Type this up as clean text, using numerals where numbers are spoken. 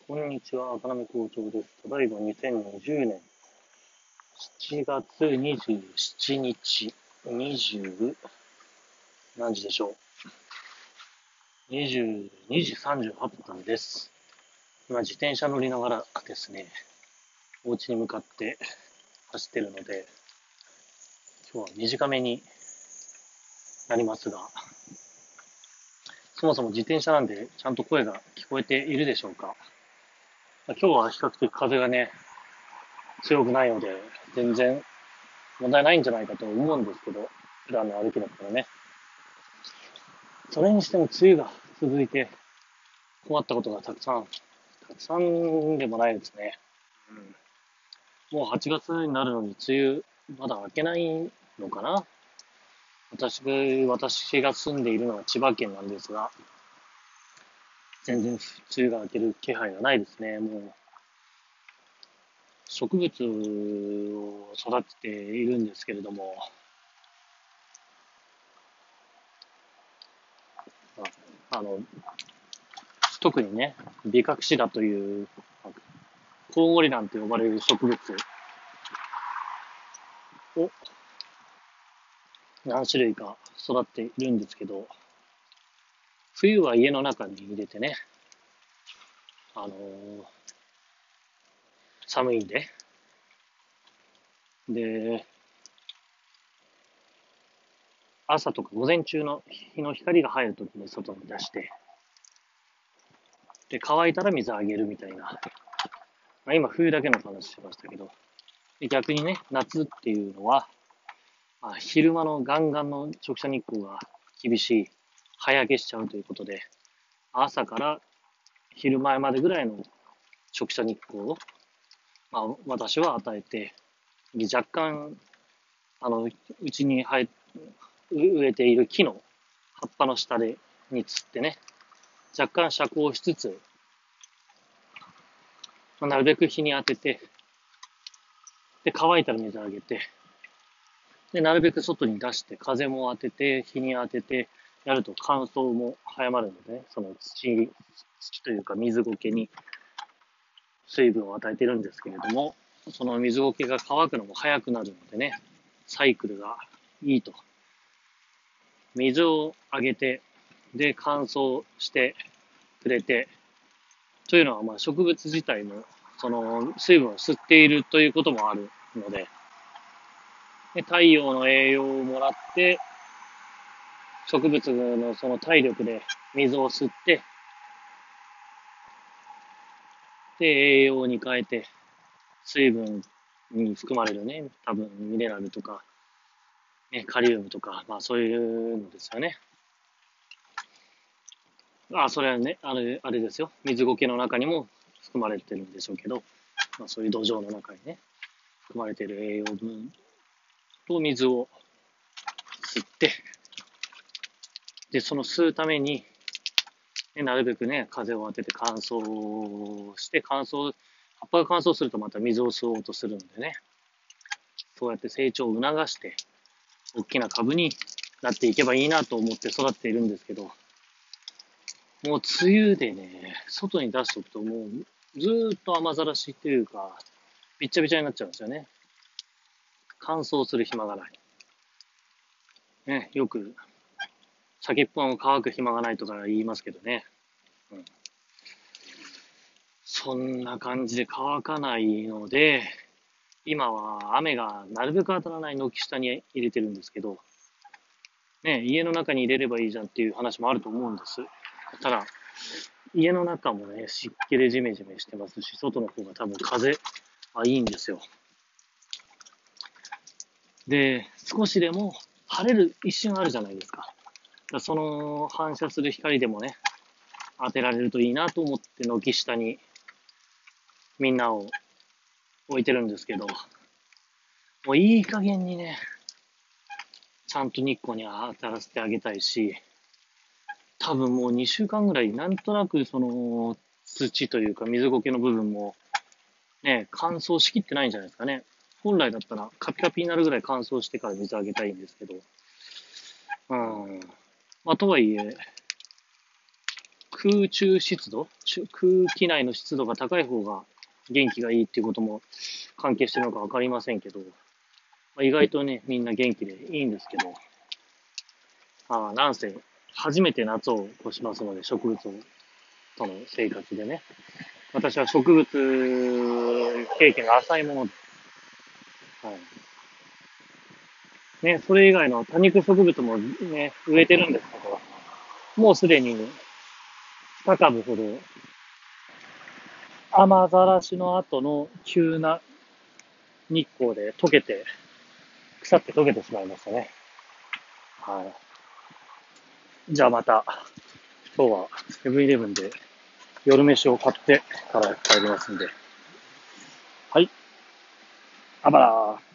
こんにちは、赤波校長です。ただいま2020年7月27日、20、何時でしょう。22時38分です。今自転車乗りながらですね、お家に向かって走ってるので、今日は短めになりますが、そもそも自転車なんでちゃんと声が聞こえているでしょうか。今日は比較的風がね、強くないので、全然問題ないんじゃないかと思うんですけど、普段の歩きだったらね。それにしても梅雨が続いて困ったことがたくさんでもないですね。もう8月になるのに梅雨まだ明けないのかな。私が住んでいるのは千葉県なんですが、全然梅雨が明ける気配がないですね。もう植物を育てているんですけれども、あの、特にね、ビカクシダというコウモリランと呼ばれる植物を何種類か育っているんですけど、冬は家の中に入れてね、あのー寒いんで、で、朝とか午前中の日の光が入るときに外に出して、で、乾いたら水あげるみたいな。今冬だけの話しましたけど、逆にね、夏っていうのは、昼間のガンガンの直射日光が厳しい、早焼けしちゃうということで、朝から昼前までぐらいの直射日光を、私は与えて、若干、うちに植えている木の葉っぱの下につってね、若干遮光しつつ、なるべく日に当てて、で、乾いたら水あげて、で、なるべく外に出して、風も当てて、日に当てて、やると乾燥も早まるのでね、その土というか水苔に水分を与えてるんですけれども、その水苔が乾くのも早くなるのでね、サイクルがいいと。水をあげて、で、乾燥してくれて、というのは、植物自体も、その水分を吸っているということもあるので、太陽の栄養をもらって、植物のその体力で水を吸って、で、栄養に変えて、水分に含まれるね、多分ミネラルとか、ね、カリウムとか、そういうのですよね。それはね、あれですよ。水苔の中にも含まれてるんでしょうけど、そういう土壌の中にね、含まれている栄養分と水を吸って、で、その吸うために、なるべくね、風を当てて乾燥して、葉っぱが乾燥するとまた水を吸おうとするんでね、そうやって成長を促して、大きな株になっていけばいいなと思って育っているんですけど、もう梅雨でね、外に出しておくともうずーっと雨ざらしというか、びっちゃびちゃになっちゃうんですよね。乾燥する暇がない。ね、よく先っぽの乾く暇がないとか言いますけどね。そんな感じで乾かないので、今は雨がなるべく当たらない軒下に入れてるんですけど、ね、家の中に入れればいいじゃんっていう話もあると思うんです。ただ、家の中もね、湿気でジメジメしてますし、外の方が多分風はいいんですよ。で、少しでも晴れる一瞬あるじゃないですか。その反射する光でもね、当てられるといいなと思って軒下にみんなを置いてるんですけど、もういい加減にね、ちゃんと日光に当たらせてあげたいし、多分もう2週間ぐらい、なんとなくその土というか水苔の部分もね、乾燥しきってないんじゃないですかね。本来だったらカピカピになるぐらい乾燥してから水あげたいんですけど、とはいえ、 空中湿度、空気内の湿度が高い方が元気がいいっていうことも関係してるのかわかりませんけど、意外とね、みんな元気でいいんですけど、なんせ、初めて夏を越しますので、植物との生活でね。私は植物経験が浅いもので、はい。ね、それ以外の多肉植物もね、植えてるんですけど、もうすでに2株ほど、雨ざらしの後の急な日光で溶けて、腐って溶けてしまいましたね。はい。じゃあまた、今日はセブンイレブンで夜飯を買ってから帰りますんで。はい。あばらー。